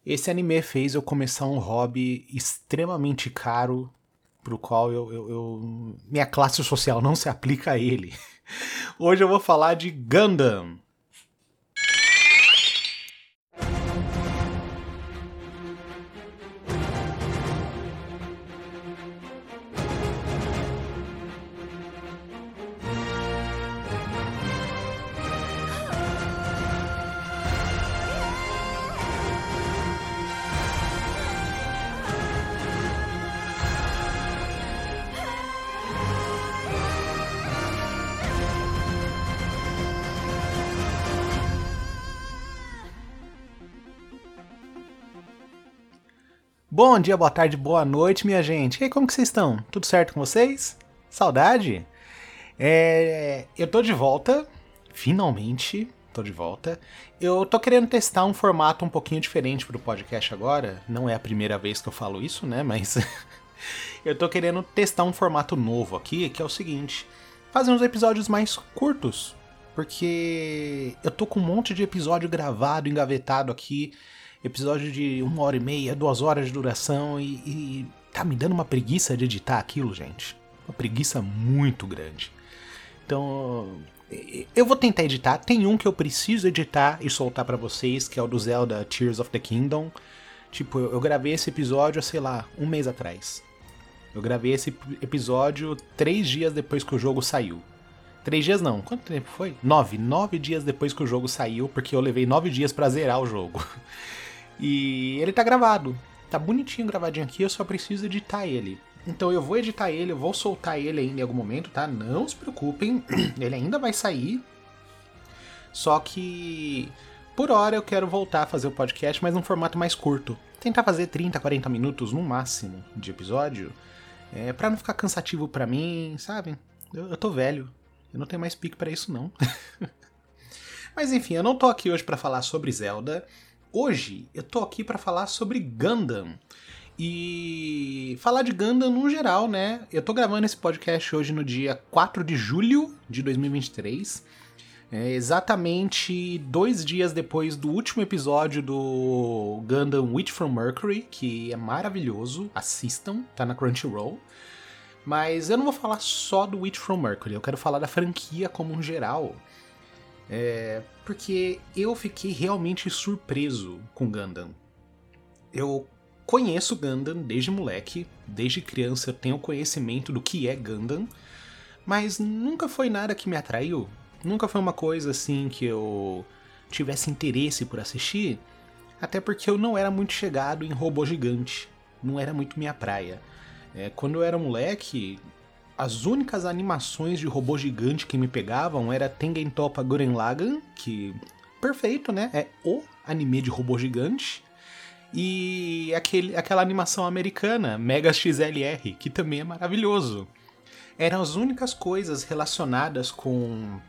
Esse anime fez eu começar um hobby extremamente caro, pro qual minha classe social não se aplica a ele. Hoje eu vou falar de Gundam. Bom dia, boa tarde, boa noite, minha gente. E aí, como que vocês estão? Tudo certo com vocês? Saudade? Eu tô de volta, finalmente tô de volta. Eu tô querendo testar um formato um pouquinho diferente pro podcast agora. Não é a primeira vez que eu falo isso, né? Mas eu tô querendo testar um formato novo aqui, que é o seguinte: fazer uns episódios mais curtos. Porque eu tô com um monte de episódio gravado, engavetado aqui. Episódio de 1h30, 2 horas de duração e tá me dando uma preguiça de editar aquilo, gente. Uma preguiça muito grande. Então, eu vou tentar editar. Tem um que eu preciso editar e soltar pra vocês, que é o do Zelda Tears of the Kingdom. Tipo, eu gravei esse episódio, sei lá, um mês atrás. Eu gravei esse episódio 3 dias depois que o jogo saiu. 3 dias não, quanto tempo foi? 9 dias depois que o jogo saiu, porque eu levei 9 dias pra zerar o jogo. E ele tá gravado, tá bonitinho gravadinho aqui, eu só preciso editar ele. Então eu vou editar ele, eu vou soltar ele ainda em algum momento, tá? Não se preocupem, ele ainda vai sair. Só que por hora eu quero voltar a fazer o podcast, mas num formato mais curto. Tentar fazer 30, 40 minutos no máximo de episódio, pra não ficar cansativo pra mim, sabe? Eu tô velho, eu não tenho mais pique pra isso não. Mas enfim, eu não tô aqui hoje pra falar sobre Zelda. Hoje eu tô aqui pra falar sobre Gundam. E falar de Gundam no geral, né? Eu tô gravando esse podcast hoje no dia 4 de julho de 2023. Exatamente 2 dias depois do último episódio do Gundam Witch from Mercury, que é maravilhoso, assistam, tá na Crunchyroll. Mas eu não vou falar só do Witch from Mercury, eu quero falar da franquia como um geral. Porque eu fiquei realmente surpreso com Gundam. Eu conheço Gundam desde moleque, desde criança eu tenho conhecimento do que é Gundam, mas nunca foi nada que me atraiu, nunca foi uma coisa assim que eu tivesse interesse por assistir, até porque eu não era muito chegado em robô gigante, não era muito minha praia. Quando eu era moleque, as únicas animações de robô gigante que me pegavam era Tengen Toppa Gurren Lagann, que perfeito, né? É o anime de robô gigante. E aquela animação americana, Mega XLR, que também é maravilhoso. Eram as únicas coisas relacionadas com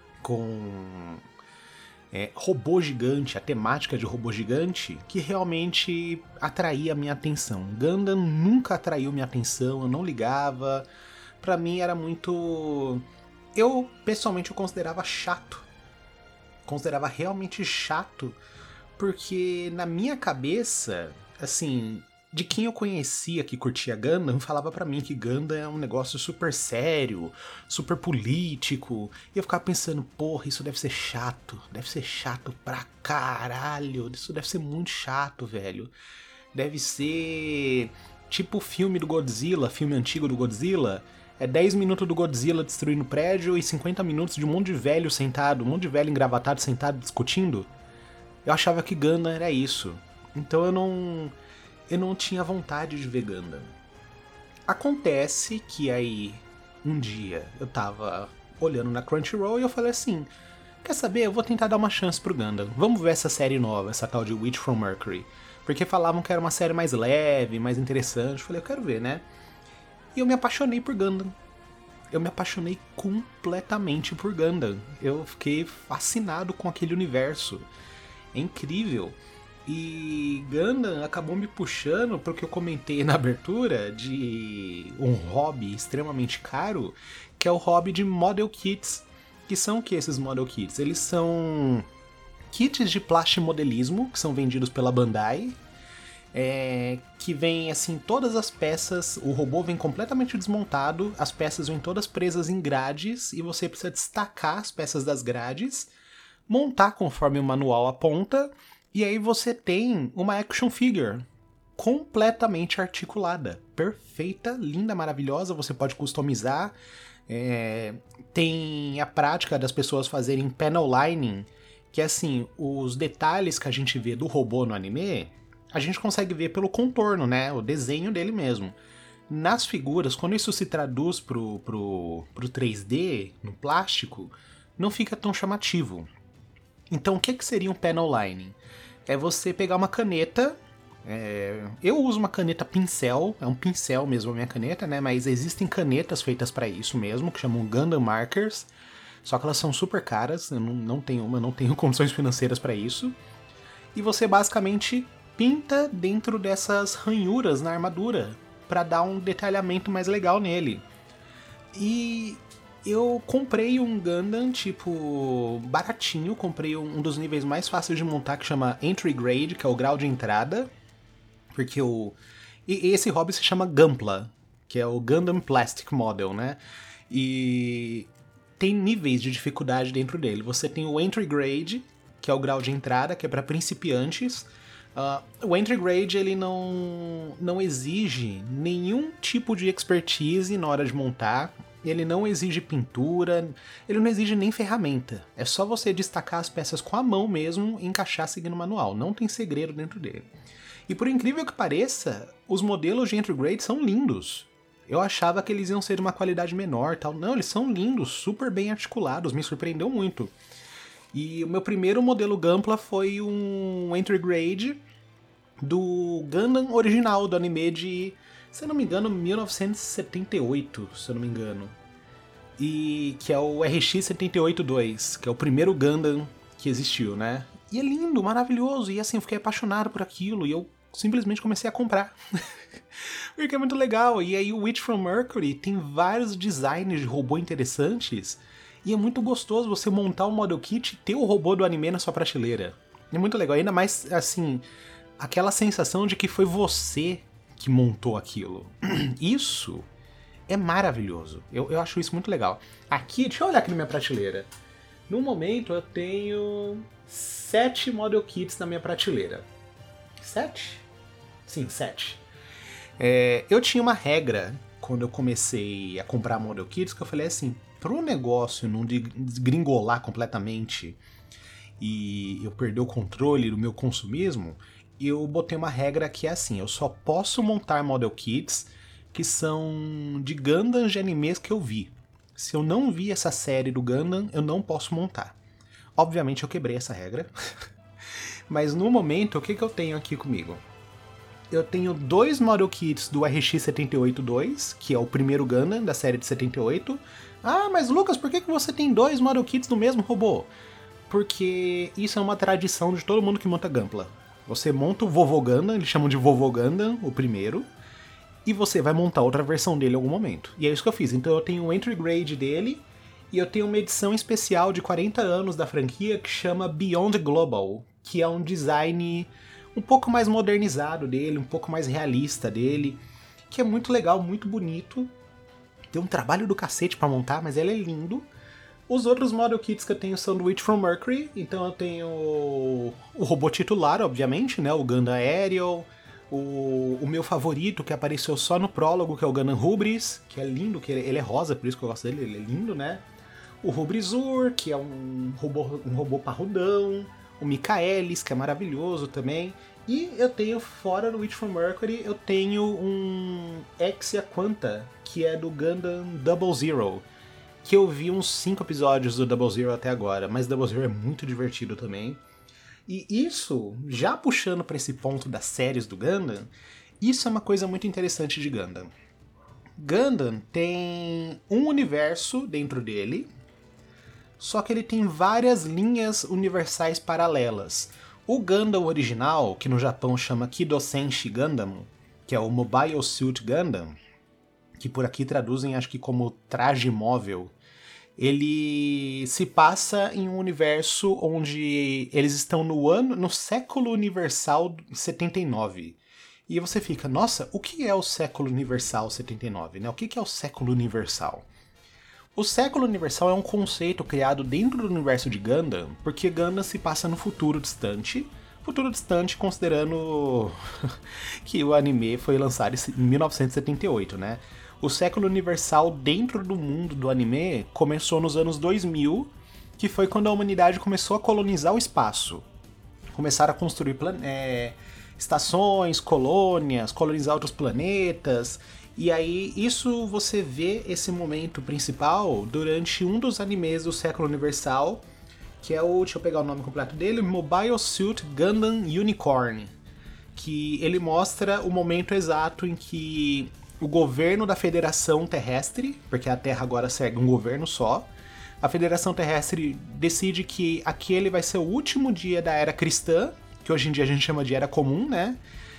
robô gigante, a temática de robô gigante, que realmente atraía a minha atenção. Gundam nunca atraiu minha atenção, eu não ligava. Pra mim era muito... Eu, pessoalmente, eu considerava chato. Considerava realmente chato, porque na minha cabeça, assim, de quem eu conhecia que curtia Gundam, falava pra mim que Gundam é um negócio super sério, super político. E eu ficava pensando, porra, isso deve ser chato pra caralho, isso deve ser muito chato, velho. Deve ser tipo o filme do Godzilla, filme antigo do Godzilla. 10 minutos do Godzilla destruindo o prédio e 50 minutos de um monte de velho sentado, um monte de velho engravatado sentado discutindo. Eu achava que Gundam era isso. Então eu não tinha vontade de ver Gundam. Acontece que aí, um dia, eu tava olhando na Crunchyroll e eu falei assim, quer saber, eu vou tentar dar uma chance pro Gundam. Vamos ver essa série nova, essa tal de Witch from Mercury. Porque falavam que era uma série mais leve, mais interessante. Eu falei, eu quero ver, né? E eu me apaixonei por Gundam. Eu me apaixonei completamente por Gundam. Eu fiquei fascinado com aquele universo. É incrível. E Gundam acabou me puxando para o que eu comentei na abertura de um hobby extremamente caro, que é o hobby de Model Kits. Que são o que esses Model Kits? Eles são kits de plastimodelismo que são vendidos pela Bandai que vem assim todas as peças, o robô vem completamente desmontado, as peças vêm todas presas em grades e você precisa destacar as peças das grades, montar conforme o manual aponta, e aí você tem uma action figure completamente articulada, perfeita, linda, maravilhosa, você pode customizar. Tem a prática das pessoas fazerem panel lining, que é assim, os detalhes que a gente vê do robô no anime, a gente consegue ver pelo contorno, né? O desenho dele mesmo. Nas figuras, quando isso se traduz pro 3D, no plástico, não fica tão chamativo. Então, o que seria um panel lining? É você pegar uma caneta. Eu uso uma caneta pincel, é um pincel mesmo a minha caneta, né? Mas existem canetas feitas para isso mesmo, que chamam Gundam Markers. Só que elas são super caras, eu não tenho condições financeiras para isso. E você basicamente pinta dentro dessas ranhuras na armadura para dar um detalhamento mais legal nele. E eu comprei um Gundam, tipo, baratinho, comprei um dos níveis mais fáceis de montar, que chama Entry Grade, que é o grau de entrada, porque e esse hobby se chama Gunpla, que é o Gundam Plastic Model, né? E tem níveis de dificuldade dentro dele. Você tem o Entry Grade, que é o grau de entrada, que é para principiantes. O Entry Grade ele não exige nenhum tipo de expertise na hora de montar. Ele não exige pintura, ele não exige nem ferramenta. É só você destacar as peças com a mão mesmo e encaixar seguindo o manual. Não tem segredo dentro dele. E por incrível que pareça, os modelos de Entry Grade são lindos. Eu achava que eles iam ser de uma qualidade menor, tal. Não, eles são lindos, super bem articulados, me surpreendeu muito. E o meu primeiro modelo Gunpla foi um Entry Grade do Gundam original, do anime de, se eu não me engano, 1978, se eu não me engano. E que é o RX-78-2, que é o primeiro Gundam que existiu, né? E é lindo, maravilhoso, e assim, eu fiquei apaixonado por aquilo, e eu simplesmente comecei a comprar. Porque é muito legal. E aí o Witch from Mercury tem vários designs de robô interessantes. E é muito gostoso você montar um model kit e ter o robô do anime na sua prateleira. É muito legal. Ainda mais, assim, aquela sensação de que foi você que montou aquilo. Isso é maravilhoso. Eu acho isso muito legal. Aqui, deixa eu olhar aqui na minha prateleira. No momento eu tenho 7 model kits na minha prateleira. 7? Sim, 7. Eu tinha uma regra quando eu comecei a comprar model kits que eu falei assim, pro negócio não desgringolar completamente e eu perder o controle do meu consumismo, eu botei uma regra que é assim, eu só posso montar model kits que são de Gundams de animes que eu vi. Se eu não vi essa série do Gundam, eu não posso montar. Obviamente eu quebrei essa regra, mas no momento, o que eu tenho aqui comigo? Eu tenho 2 model kits do RX-78-2, que é o primeiro Gundam da série de 78. Ah, mas Lucas, por que você tem 2 model kits do mesmo robô? Porque isso é uma tradição de todo mundo que monta Gunpla. Você monta o Vovô Gundam, eles chamam de Vovô Gundam, o primeiro, e você vai montar outra versão dele em algum momento. E é isso que eu fiz. Então eu tenho o Entry Grade dele, e eu tenho uma edição especial de 40 anos da franquia que chama Beyond Global, que é um design um pouco mais modernizado dele, um pouco mais realista dele, que é muito legal, muito bonito. Tem um trabalho do cacete pra montar, mas ele é lindo. Os outros model kits que eu tenho são do Witch from Mercury, então eu tenho o robô titular, obviamente, né, o Gundam Aerial, o meu favorito, que apareceu só no prólogo, que é o Gundam Hubris, que é lindo, que ele é rosa, por isso que eu gosto dele, ele é lindo, né? O Rubrizur, que é um robô parrudão, o Michaelis, que é maravilhoso também. E eu tenho, fora do Witch from Mercury, eu tenho um Exia Quanta, que é do Gundam Double Zero, que eu vi uns 5 episódios do Double Zero até agora, mas Double Zero é muito divertido também. E isso, já puxando para esse ponto das séries do Gundam, isso é uma coisa muito interessante de Gundam. Gundam tem um universo dentro dele, só que ele tem várias linhas universais paralelas. O Gundam original, que no Japão chama Kidosenshi Gundam, que é o Mobile Suit Gundam, que por aqui traduzem acho que como traje móvel, ele se passa em um universo onde eles estão no século universal 79. E você fica, nossa, o que é o século universal 79, né? O que é o século universal? O século universal é um conceito criado dentro do universo de Gundam, porque Gundam se passa no futuro distante considerando que o anime foi lançado em 1978, né? O século universal dentro do mundo do anime começou nos anos 2000, que foi quando a humanidade começou a colonizar o espaço. Começaram a construir estações, colônias, colonizar outros planetas. E aí, isso você vê esse momento principal durante um dos animes do século universal, que é o, deixa eu pegar o nome completo dele, Mobile Suit Gundam Unicorn, que ele mostra o momento exato em que o governo da Federação Terrestre, porque a Terra agora segue um governo só, a Federação Terrestre decide que aquele vai ser o último dia da Era Cristã, que hoje em dia a gente chama de Era Comum, né?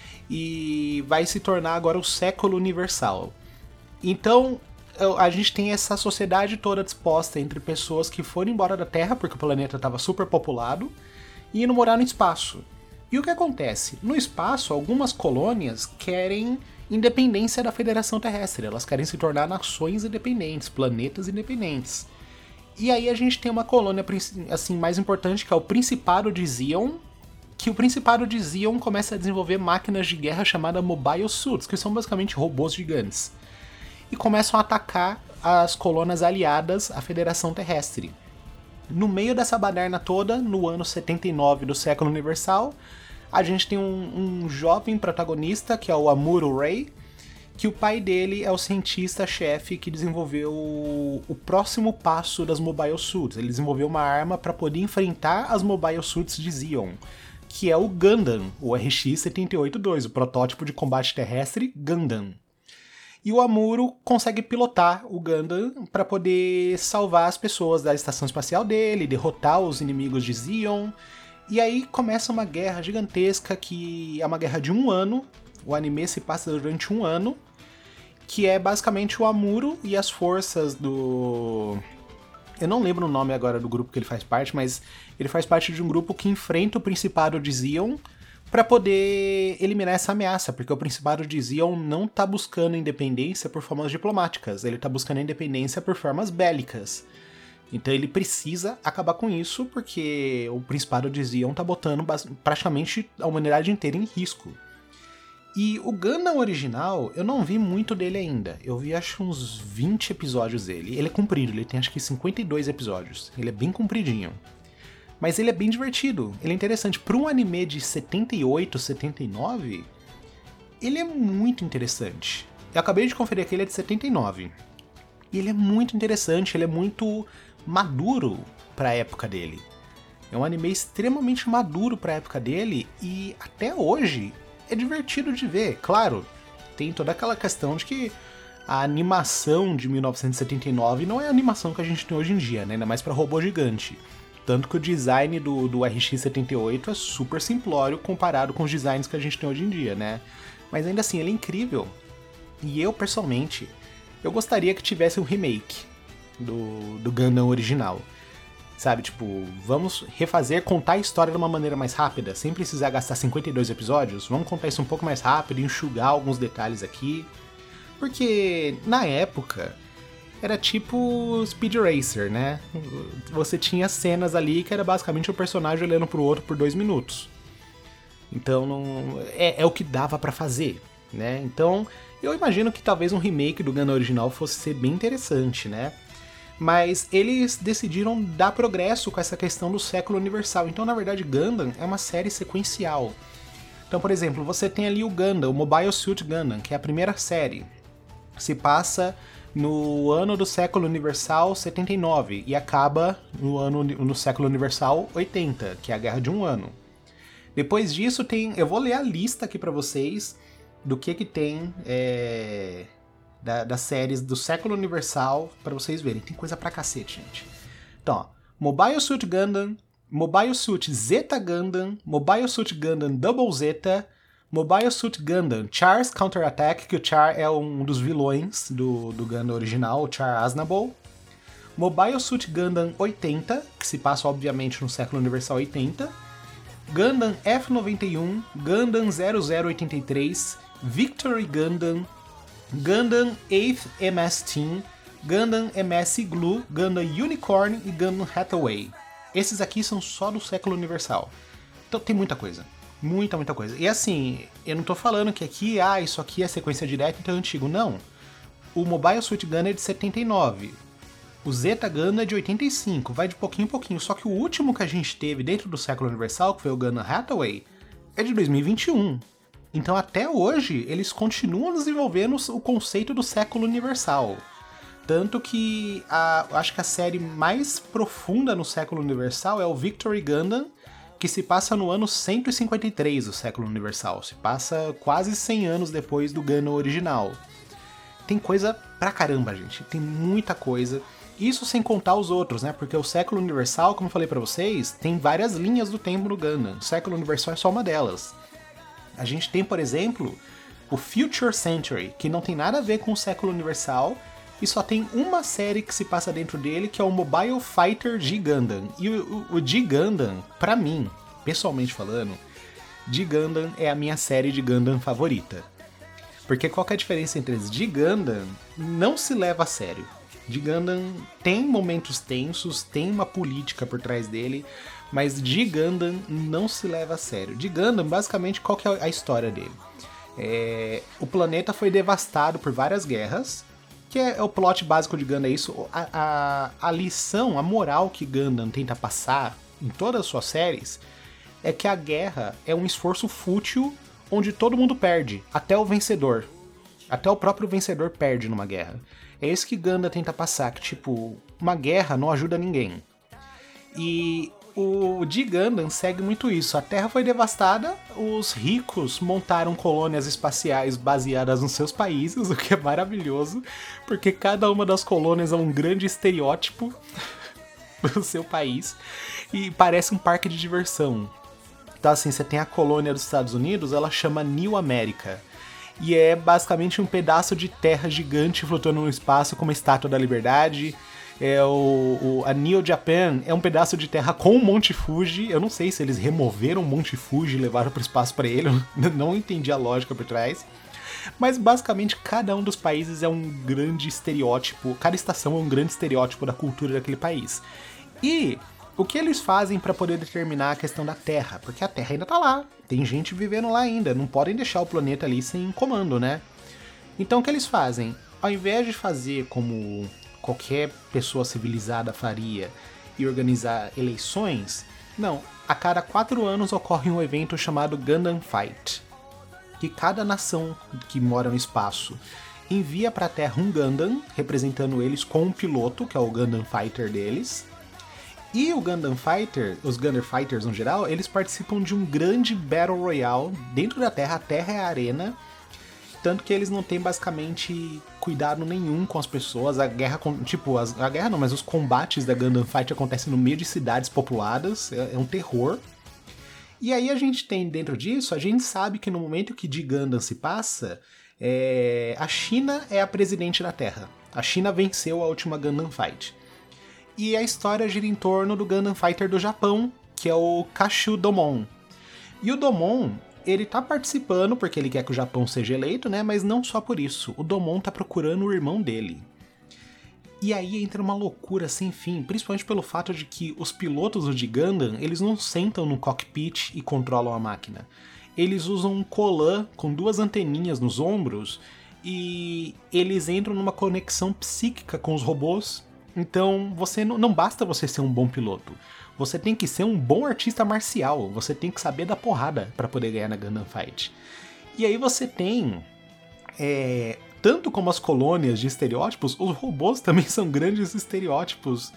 E vai se tornar agora o século universal. Então, a gente tem essa sociedade toda disposta entre pessoas que foram embora da Terra, porque o planeta estava super populado, e indo morar no espaço. E o que acontece? No espaço, algumas colônias querem independência da Federação Terrestre, elas querem se tornar nações independentes, planetas independentes. E aí a gente tem uma colônia assim, mais importante, que é o Principado de Zeon, que o Principado de Zeon começa a desenvolver máquinas de guerra chamadas Mobile Suits, que são basicamente robôs gigantes, e começam a atacar as colônias aliadas à Federação Terrestre. No meio dessa baderna toda, no ano 79 do século universal, a gente tem um jovem protagonista, que é o Amuro Ray, que o pai dele é o cientista-chefe que desenvolveu o próximo passo das Mobile Suits. Ele desenvolveu uma arma para poder enfrentar as Mobile Suits de Zeon, que é o Gundam, o RX-78-2, o protótipo de combate terrestre Gundam. E o Amuro consegue pilotar o Gundam para poder salvar as pessoas da estação espacial dele, derrotar os inimigos de Zeon. E aí começa uma guerra gigantesca, que é uma guerra de 1 ano. O anime se passa durante 1 ano, que é basicamente o Amuro e as forças do... Eu não lembro o nome agora do grupo que ele faz parte, mas ele faz parte de um grupo que enfrenta o Principado de Zeon para poder eliminar essa ameaça, porque o Principado de Zeon não tá buscando independência por formas diplomáticas, ele tá buscando independência por formas bélicas. Então ele precisa acabar com isso, porque o Principado de Zeon tá botando praticamente a humanidade inteira em risco. E o Gundam original, eu não vi muito dele ainda. Eu vi acho uns 20 episódios dele. Ele é comprido, ele tem acho que 52 episódios. Ele é bem compridinho. Mas ele é bem divertido, ele é interessante. Para um anime de 78, 79, ele é muito interessante. Eu acabei de conferir aqui, ele é de 79. E ele é muito interessante, ele é muito maduro para a época dele. É um anime extremamente maduro para a época dele e até hoje é divertido de ver. Claro, tem toda aquela questão de que a animação de 1979 não é a animação que a gente tem hoje em dia, né? Ainda mais para robô gigante. Tanto que o design do RX-78 é super simplório comparado com os designs que a gente tem hoje em dia, né? Mas ainda assim, ele é incrível. E eu, pessoalmente, eu gostaria que tivesse um remake do Gundam original. Sabe, tipo, vamos refazer, contar a história de uma maneira mais rápida, sem precisar gastar 52 episódios. Vamos contar isso um pouco mais rápido, enxugar alguns detalhes aqui. Porque, na época, era tipo Speed Racer, né? Você tinha cenas ali que era basicamente o personagem olhando pro outro por 2 minutos. Então, é o que dava pra fazer, né? Então, eu imagino que talvez um remake do Gundam original fosse ser bem interessante, né? Mas eles decidiram dar progresso com essa questão do século universal. Então, na verdade, Gundam é uma série sequencial. Então, por exemplo, você tem ali o Gundam, o Mobile Suit Gundam, que é a primeira série. Se passa no ano do século universal 79 e acaba no século universal 80, que é a guerra de 1 ano. Depois disso tem... Eu vou ler a lista aqui pra vocês do que tem... das séries do século universal para vocês verem. Tem coisa pra cacete, gente. Então, ó, Mobile Suit Gundam, Mobile Suit Zeta Gundam, Mobile Suit Gundam Double Zeta, Mobile Suit Gundam Char's Counterattack, que o Char é um dos vilões do Gundam original, o Char Aznable. Mobile Suit Gundam 80, que se passa obviamente no século universal 80. Gundam F91, Gundam 0083, Victory Gundam, Gundam 8th MS Team, Gundam MS Glue, Gundam Unicorn e Gundam Hathaway. Esses aqui são só do século universal. Então tem muita coisa. Muita coisa. E assim, eu não tô falando que aqui, isso aqui é sequência direta, então é antigo. Não. O Mobile Suit Gundam é de 79. O Zeta Gundam é de 85. Vai de pouquinho em pouquinho. Só que o último que a gente teve dentro do século universal, que foi o Gundam Hathaway, é de 2021. Então até hoje, eles continuam desenvolvendo o conceito do século universal. Tanto que acho que a série mais profunda no século universal é o Victory Gundam, que se passa no ano 153 do século universal. Se passa quase 100 anos depois do Gundam original. Tem coisa pra caramba, gente. Tem muita coisa. Isso sem contar os outros, né? Porque o século universal, como eu falei pra vocês, tem várias linhas do tempo no Gundam. O século universal é só uma delas. A gente tem, por exemplo, o Future Century, que não tem nada a ver com o século universal, e só tem uma série que se passa dentro dele, que é o Mobile Fighter G Gundam. E o G Gundam, pra mim, pessoalmente falando, G Gundam é a minha série de Gundam favorita. Porque qual que é a diferença entre eles? G Gundam não se leva a sério. G Gundam tem momentos tensos, tem uma política por trás dele, mas G Gundam não se leva a sério. G Gundam, basicamente, qual que é a história dele? O planeta foi devastado por várias guerras, que é o plot básico de Gundam, é isso. A lição, a moral que Gundam tenta passar em todas as suas séries é que a guerra é um esforço fútil onde todo mundo perde, até o vencedor. Até o próprio vencedor perde numa guerra. É isso que Gundam tenta passar, que tipo, uma guerra não ajuda ninguém. E o G Gundam segue muito isso. A Terra foi devastada, os ricos montaram colônias espaciais baseadas nos seus países, o que é maravilhoso, porque cada uma das colônias é um grande estereótipo do seu país e parece um parque de diversão. Então assim, você tem a colônia dos Estados Unidos, ela chama New America. E é basicamente um pedaço de terra gigante flutuando no espaço com uma estátua da liberdade. A Neo Japan é um pedaço de terra com o Monte Fuji. Eu não sei se eles removeram o Monte Fuji e levaram para o espaço para ele. Eu não entendi a lógica por trás. Mas basicamente cada um dos países é um grande estereótipo. Cada estação é um grande estereótipo da cultura daquele país. E o que eles fazem para poder determinar a questão da Terra? Porque a Terra ainda tá lá. Tem gente vivendo lá ainda. Não podem deixar o planeta ali sem comando, né? Então o que eles fazem? Ao invés de fazer como qualquer pessoa civilizada faria e organizar eleições, não. A cada 4 anos ocorre um evento chamado Gundam Fight, que cada nação que mora no espaço envia para a Terra um Gundam, representando eles com um piloto, que é o Gundam Fighter deles. E o Gundam Fighter, os Gundam Fighters no geral, eles participam de um grande Battle Royale dentro da Terra. A Terra é a arena. Tanto que eles não têm basicamente cuidado nenhum com as pessoas. A guerra, a guerra não, mas os combates da Gundam Fight acontecem no meio de cidades populadas. É um terror. E aí a gente tem dentro disso, a gente sabe que no momento que de Gundam se passa, a China é a presidente da Terra. A China venceu a última Gundam Fight. E a história gira em torno do Gundam Fighter do Japão, que é o Kashu Domon. E o Domon, ele tá participando porque ele quer que o Japão seja eleito, né? Mas não só por isso. O Domon tá procurando o irmão dele. E aí entra uma loucura sem fim, principalmente pelo fato de que os pilotos do Gundam, eles não sentam no cockpit e controlam a máquina. Eles usam um colã com 2 anteninhas nos ombros e eles entram numa conexão psíquica com os robôs. Então, você não basta você ser um bom piloto. Você tem que ser um bom artista marcial. Você tem que saber dar porrada para poder ganhar na Gundam Fight. E aí você tem... tanto como as colônias de estereótipos, os robôs também são grandes estereótipos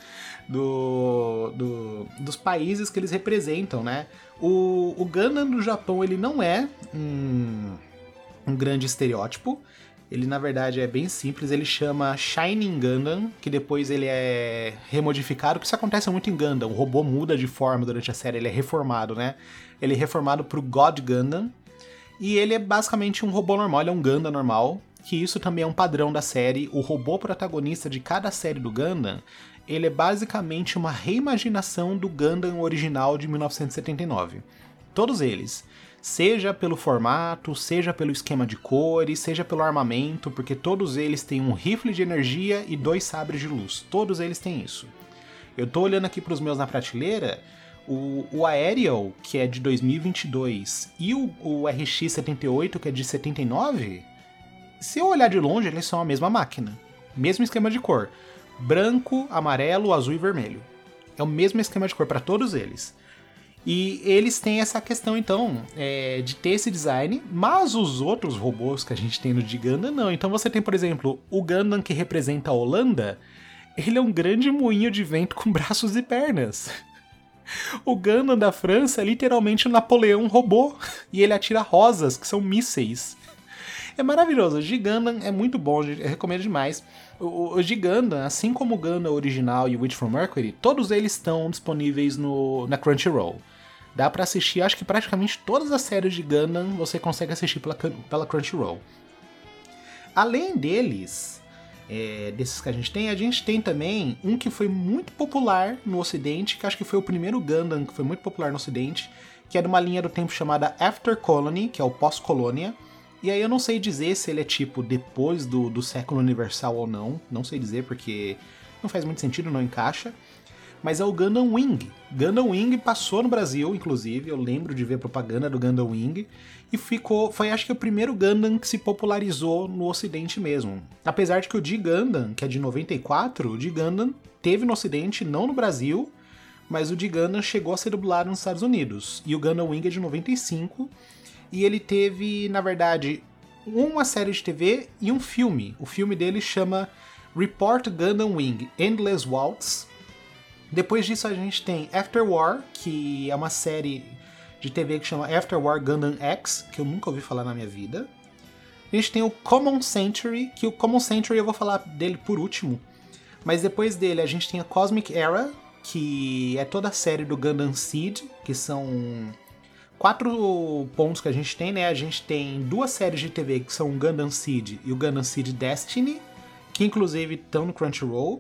dos países que eles representam, né? O Gundam do Japão, ele não é um grande estereótipo. Ele, na verdade, é bem simples. Ele chama Shining Gundam, que depois ele é remodificado, que isso acontece muito em Gundam. O robô muda de forma durante a série, ele é reformado, né? Ele é reformado pro God Gundam. E ele é basicamente um robô normal, ele é um Gundam normal, que isso também é um padrão da série. O robô protagonista de cada série do Gundam, ele é basicamente uma reimaginação do Gundam original de 1979. Todos eles. Seja pelo formato, seja pelo esquema de cores, seja pelo armamento, porque todos eles têm um rifle de energia e 2 sabres de luz. Todos eles têm isso. Eu tô olhando aqui pros meus na prateleira, o Aerial, que é de 2022, e o RX-78, que é de 79, se eu olhar de longe, eles são a mesma máquina. Mesmo esquema de cor. Branco, amarelo, azul e vermelho. É o mesmo esquema de cor para todos eles. E eles têm essa questão, então, de ter esse design, mas os outros robôs que a gente tem no de Gundam, não. Então você tem, por exemplo, o Gundam que representa a Holanda, ele é um grande moinho de vento com braços e pernas. O Gundam da França é literalmente um Napoleão robô, e ele atira rosas, que são mísseis. É maravilhoso, o G-Gundam é muito bom, eu recomendo demais. O G-Gundam, assim como o Gundam original e o Witch from Mercury, todos eles estão disponíveis na Crunchyroll. Dá pra assistir, acho que praticamente todas as séries de Gundam você consegue assistir pela Crunchyroll. Além deles, desses que a gente tem também um que foi muito popular no ocidente, que acho que foi o primeiro Gundam que foi muito popular no ocidente, que é de uma linha do tempo chamada After Colony, que é o pós-colônia. E aí eu não sei dizer se ele é tipo depois do século universal ou não. Não sei dizer porque não faz muito sentido, não encaixa. Mas é o Gundam Wing. Gundam Wing passou no Brasil, inclusive. Eu lembro de ver propaganda do Gundam Wing. E foi acho que o primeiro Gundam que se popularizou no ocidente mesmo. Apesar de que o G-Gundam, que é de 94, o G-Gundam teve no ocidente, não no Brasil. Mas o G-Gundam chegou a ser dublado nos Estados Unidos. E o Gundam Wing é de 95. E ele teve, na verdade, uma série de TV e um filme. O filme dele chama Report Gundam Wing Endless Waltz. Depois disso a gente tem After War, que é uma série de TV que chama After War Gundam X, que eu nunca ouvi falar na minha vida. A gente tem o Common Century, que o Common Century eu vou falar dele por último. Mas depois dele a gente tem a Cosmic Era, que é toda a série do Gundam Seed, que são 4 pontos que a gente tem, né? A gente tem 2 séries de TV que são o Gundam Seed e o Gundam Seed Destiny, que inclusive estão no Crunchyroll.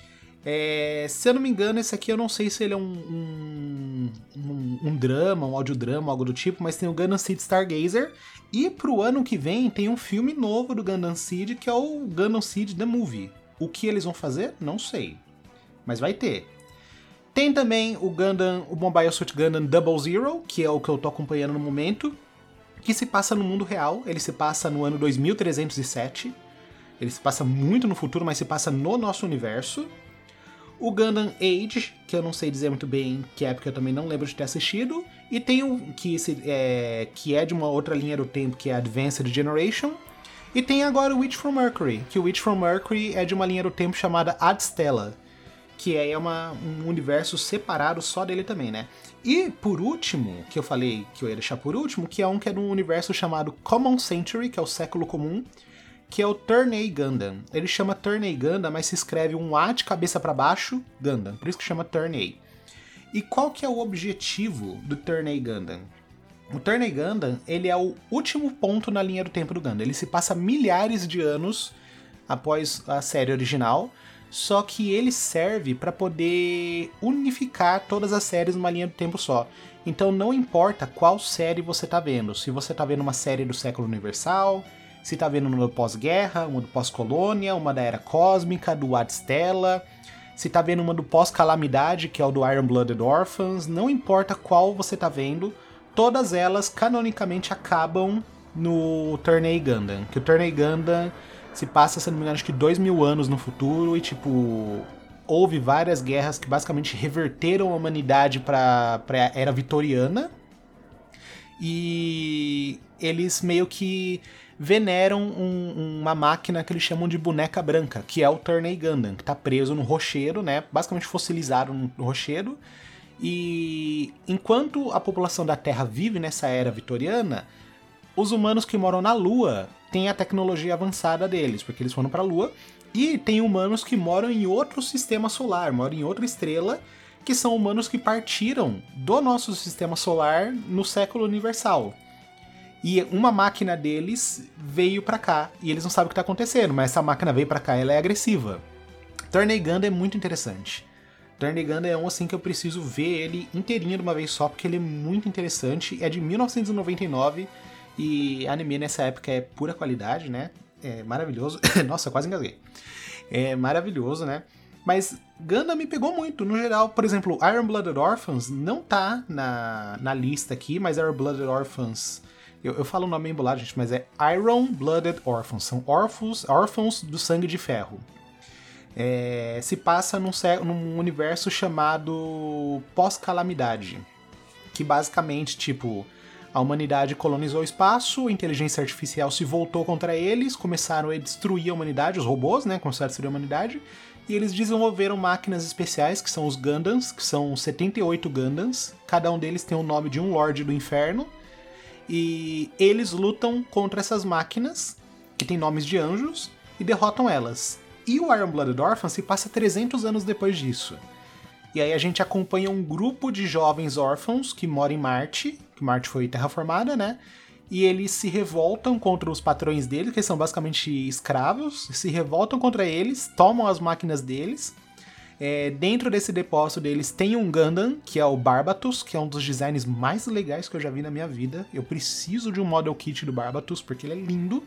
Se eu não me engano, esse aqui eu não sei se ele é um drama, um audiodrama, algo do tipo, mas tem o Gundam Seed Stargazer. E pro ano que vem tem um filme novo do Gundam Seed, que é o Gundam Seed The Movie. O que eles vão fazer? Não sei. Mas vai ter. Tem também o Mobile Suit Gundam Double Zero, que é o que eu tô acompanhando no momento, que se passa no mundo real. Ele se passa no ano 2307. Ele se passa muito no futuro, mas se passa no nosso universo. O Gundam Age, que eu não sei dizer muito bem que é, porque eu também não lembro de ter assistido. E tem o que é de uma outra linha do tempo, que é Advanced Generation. E tem agora o Witch from Mercury, que o Witch from Mercury é de uma linha do tempo chamada Ad Stella, que é um universo separado só dele também, né? E por último, que eu falei que eu ia deixar por último, que é de um universo chamado Common Century, que é o século comum, que é o Turn A Gundam. Ele chama Turn A Gundam, mas se escreve um A de cabeça para baixo, Gundam, por isso que chama Turn A. E qual que é o objetivo do Turn A Gundam? O Turn A Gundam, ele é o último ponto na linha do tempo do Gundam. Ele se passa milhares de anos após a série original, só que ele serve para poder unificar todas as séries numa linha do tempo só. Então não importa qual série você tá vendo, se você tá vendo uma série do século universal, se tá vendo uma do pós-guerra, uma do pós-colônia, uma da era cósmica, do Ad Stella, se tá vendo uma do pós-calamidade, que é o do Iron Blooded Orphans, não importa qual você tá vendo, todas elas canonicamente acabam no Turn A Gundam. Que o Turn A Gundam se passa, se não me engano, acho que 2000 anos no futuro e, tipo, houve várias guerras que basicamente reverteram a humanidade pra era vitoriana. E eles meio que veneram uma máquina que eles chamam de boneca branca, que é o Turn A Gundam, que tá preso no rochedo, né? Basicamente fossilizado no rochedo. E enquanto a população da Terra vive nessa era vitoriana, os humanos que moram na Lua têm a tecnologia avançada deles, porque eles foram pra Lua. E tem humanos que moram em outro sistema solar, moram em outra estrela, que são humanos que partiram do nosso sistema solar no século universal. E uma máquina deles veio pra cá, e eles não sabem o que tá acontecendo, mas essa máquina veio pra cá, ela é agressiva. Turn A Gundam é muito interessante. Return to Gundam é um assim que eu preciso ver ele inteirinho de uma vez só, porque ele é muito interessante. É de 1999 e anime nessa época é pura qualidade, né? É maravilhoso. Nossa, quase engasguei. É maravilhoso, né? Mas Gundam me pegou muito, no geral. Por exemplo, Iron Blooded Orphans não tá na lista aqui, mas Iron Blooded Orphans... Eu falo o nome embolado, gente, mas é Iron Blooded Orphans. São órfãos do sangue de ferro. Se passa num universo chamado Pós-Calamidade. Que basicamente, tipo, a humanidade colonizou o espaço, a inteligência artificial se voltou contra eles, começaram a destruir a humanidade, os robôs, né, começaram a destruir a humanidade, e eles desenvolveram máquinas especiais, que são os Gundams, que são 78 Gundams, cada um deles tem o nome de um Lorde do Inferno, e eles lutam contra essas máquinas, que têm nomes de anjos, e derrotam elas. E o Iron Blooded Orphan se passa 300 anos depois disso. E aí a gente acompanha um grupo de jovens órfãos que moram em Marte, que Marte foi terraformada, né? E eles se revoltam contra os patrões deles, que são basicamente escravos, se revoltam contra eles, tomam as máquinas deles. Dentro desse depósito deles tem um Gundam, que é o Barbatos, que é um dos designs mais legais que eu já vi na minha vida. Eu preciso de um model kit do Barbatos, porque ele é lindo.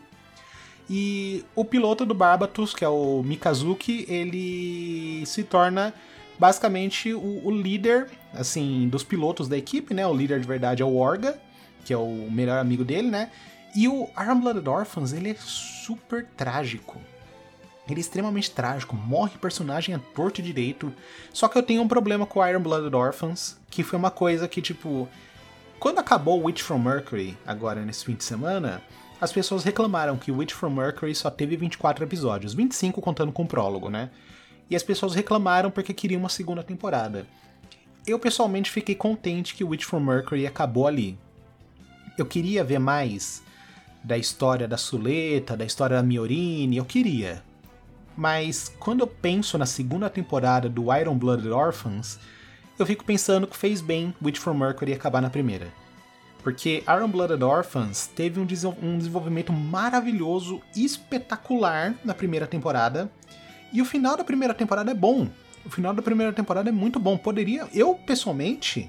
E o piloto do Barbatos, que é o Mikazuki, ele se torna basicamente o líder, assim, dos pilotos da equipe, né? O líder de verdade é o Orga, que é o melhor amigo dele, né? E o Iron Blooded Orphans, ele é super trágico. Ele é extremamente trágico, morre personagem a torto e direito. Só que eu tenho um problema com o Iron Blooded Orphans, que foi uma coisa que, tipo... Quando acabou Witch from Mercury, agora nesse fim de semana, as pessoas reclamaram que Witch from Mercury só teve 24 episódios, 25 contando com o prólogo, né? E as pessoas reclamaram porque queriam uma segunda temporada. Eu, pessoalmente, fiquei contente que Witch from Mercury acabou ali. Eu queria ver mais da história da Suleta, da história da Miorine, eu queria. Mas quando eu penso na segunda temporada do Iron Blooded Orphans, eu fico pensando que fez bem Witch from Mercury acabar na primeira. Porque Iron Blooded Orphans teve um desenvolvimento maravilhoso, espetacular na primeira temporada. E o final da primeira temporada é bom. O final da primeira temporada é muito bom. Eu pessoalmente,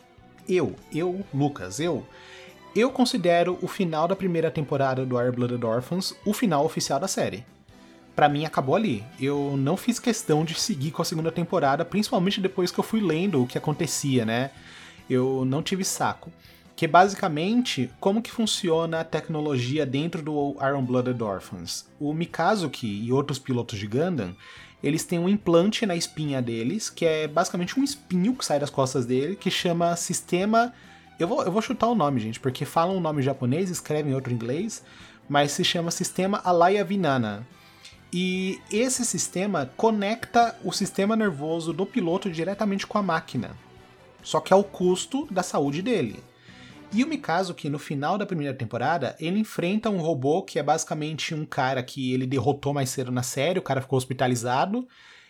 Lucas, eu considero o final da primeira temporada do Iron Blooded Orphans o final oficial da série. Pra mim, acabou ali. Eu não fiz questão de seguir com a segunda temporada, principalmente depois que eu fui lendo o que acontecia, né? Eu não tive saco. Que basicamente, como que funciona a tecnologia dentro do Iron Blooded Orphans? O Mikazuki e outros pilotos de Gundam, eles têm um implante na espinha deles, que é basicamente um espinho que sai das costas dele, que chama Sistema... Eu vou chutar o nome, gente, porque falam um nome japonês, escrevem outro em inglês, mas se chama Sistema Alaya Vinana. E esse sistema conecta o sistema nervoso do piloto diretamente com a máquina, só que ao custo da saúde dele. E o Mikazuki, no final da primeira temporada, ele enfrenta um robô que é basicamente um cara que ele derrotou mais cedo na série, o cara ficou hospitalizado,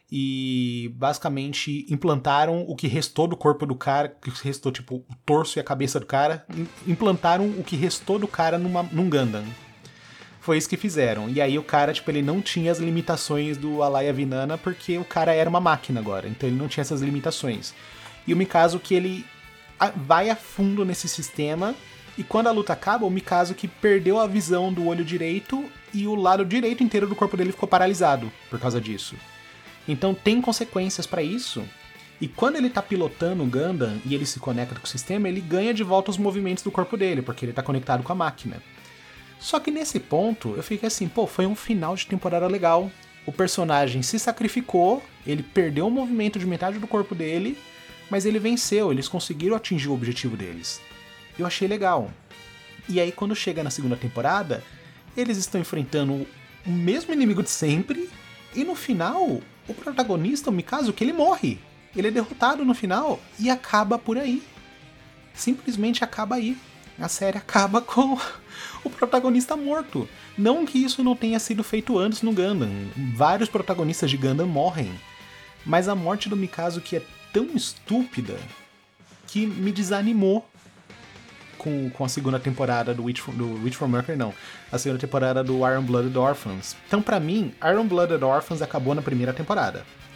e basicamente implantaram o que restou do corpo do cara, que restou tipo o torso e a cabeça do cara, implantaram o que restou do cara num Gundam. Foi isso que fizeram. E aí o cara, tipo, ele não tinha as limitações do Alaya Vinana, porque o cara era uma máquina agora, então ele não tinha essas limitações. E o Mikazuki, ele vai a fundo nesse sistema, e quando a luta acaba, o Mikazuki perdeu a visão do olho direito, e o lado direito inteiro do corpo dele ficou paralisado por causa disso. Então tem consequências pra isso, e quando ele tá pilotando o Gundam, e ele se conecta com o sistema, ele ganha de volta os movimentos do corpo dele, porque ele tá conectado com a máquina. Só que nesse ponto, eu fiquei assim, foi um final de temporada legal. O personagem se sacrificou, ele perdeu o movimento de metade do corpo dele, mas ele venceu, eles conseguiram atingir o objetivo deles. Eu achei legal. E aí quando chega na segunda temporada, eles estão enfrentando o mesmo inimigo de sempre, e no final, o protagonista, o Mikazuki, ele morre. Ele é derrotado no final e acaba por aí. Simplesmente acaba aí. A série acaba com o protagonista morto. Não que isso não tenha sido feito antes no Gundam. Vários protagonistas de Gundam morrem. Mas a morte do Mikazuki é tão estúpida que me desanimou com a segunda temporada do Witch from Mercury, não. A segunda temporada do Iron Blooded Orphans. Então, pra mim, Iron Blooded Orphans acabou na primeira temporada.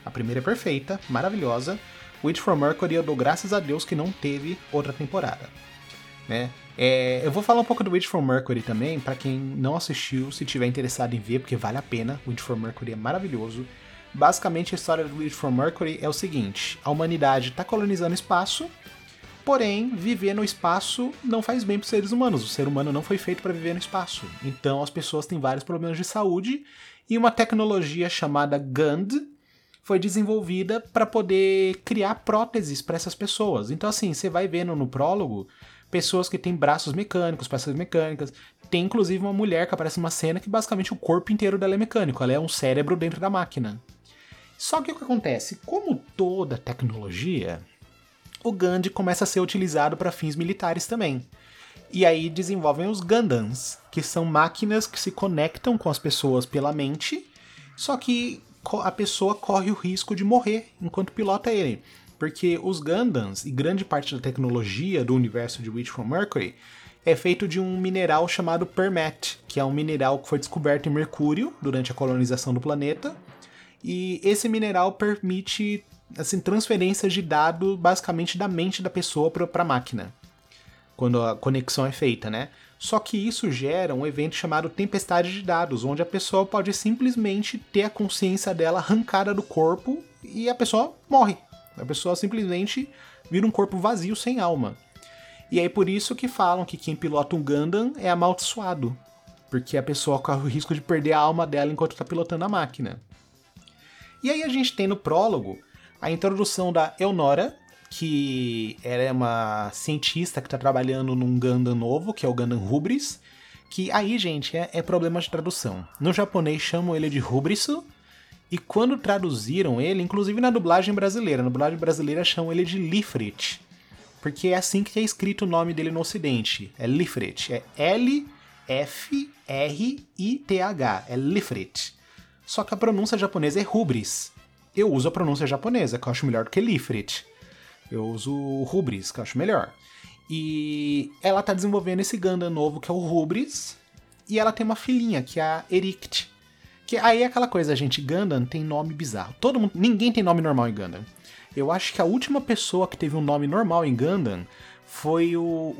A primeira é perfeita, maravilhosa. Witch from Mercury eu dou graças a Deus que não teve outra temporada, né? Eu vou falar um pouco do Witch from Mercury também, pra quem não assistiu, se tiver interessado em ver, porque vale a pena. Witch from Mercury é maravilhoso. Basicamente, a história do Witch from Mercury é o seguinte: a humanidade tá colonizando espaço, porém, viver no espaço não faz bem para os seres humanos. O ser humano não foi feito para viver no espaço. Então, as pessoas têm vários problemas de saúde e uma tecnologia chamada GUND foi desenvolvida para poder criar próteses para essas pessoas. Então, assim, você vai vendo no prólogo pessoas que têm braços mecânicos, peças mecânicas. Tem, inclusive, uma mulher que aparece numa cena que basicamente o corpo inteiro dela é mecânico. Ela é um cérebro dentro da máquina. Só que o que acontece? Como toda tecnologia, o Gund começa a ser utilizado para fins militares também. E aí desenvolvem os Gundams, que são máquinas que se conectam com as pessoas pela mente, só que a pessoa corre o risco de morrer enquanto pilota ele. Porque os Gundams, e grande parte da tecnologia do universo de Witch from Mercury, é feito de um mineral chamado Permet, que é um mineral que foi descoberto em Mercúrio durante a colonização do planeta. E esse mineral permite assim, transferência de dado basicamente da mente da pessoa para a máquina, quando a conexão é feita, né? Só que isso gera um evento chamado tempestade de dados, onde a pessoa pode simplesmente ter a consciência dela arrancada do corpo e a pessoa morre. A pessoa simplesmente vira um corpo vazio, sem alma. E aí por isso que falam que quem pilota um Gundam é amaldiçoado, porque a pessoa corre o risco de perder a alma dela enquanto está pilotando a máquina. E aí a gente tem no prólogo a introdução da Eonora, que ela é uma cientista que está trabalhando num Gundam novo, que é o Gundam Hubris, que aí, gente, é problema de tradução. No japonês chamam ele de Hubrisu, e quando traduziram ele, inclusive na dublagem brasileira chamam ele de Lifrit, porque é assim que é escrito o nome dele no ocidente, é Lifrit, é L-F-R-I-T-H, é Lifrit. Só que a pronúncia japonesa é Hubris. Eu uso a pronúncia japonesa, que eu acho melhor do que Lifrit. Eu uso o Hubris, que eu acho melhor. E ela tá desenvolvendo esse Gundam novo, que é o Hubris, e ela tem uma filhinha, que é a Erict. Que aí é aquela coisa, gente, Gundam tem nome bizarro. Ninguém tem nome normal em Gundam. Eu acho que a última pessoa que teve um nome normal em Gundam foi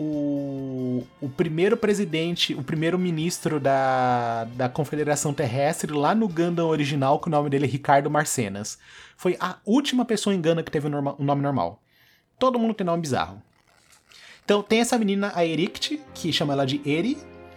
o primeiro presidente, o primeiro ministro da Confederação Terrestre lá no Gundam original, que o nome dele é Ricardo Marcenas. Foi a última pessoa em Gundam que teve um nome normal. Todo mundo tem nome bizarro. Então tem essa menina, a Erict, que chama ela de Eri,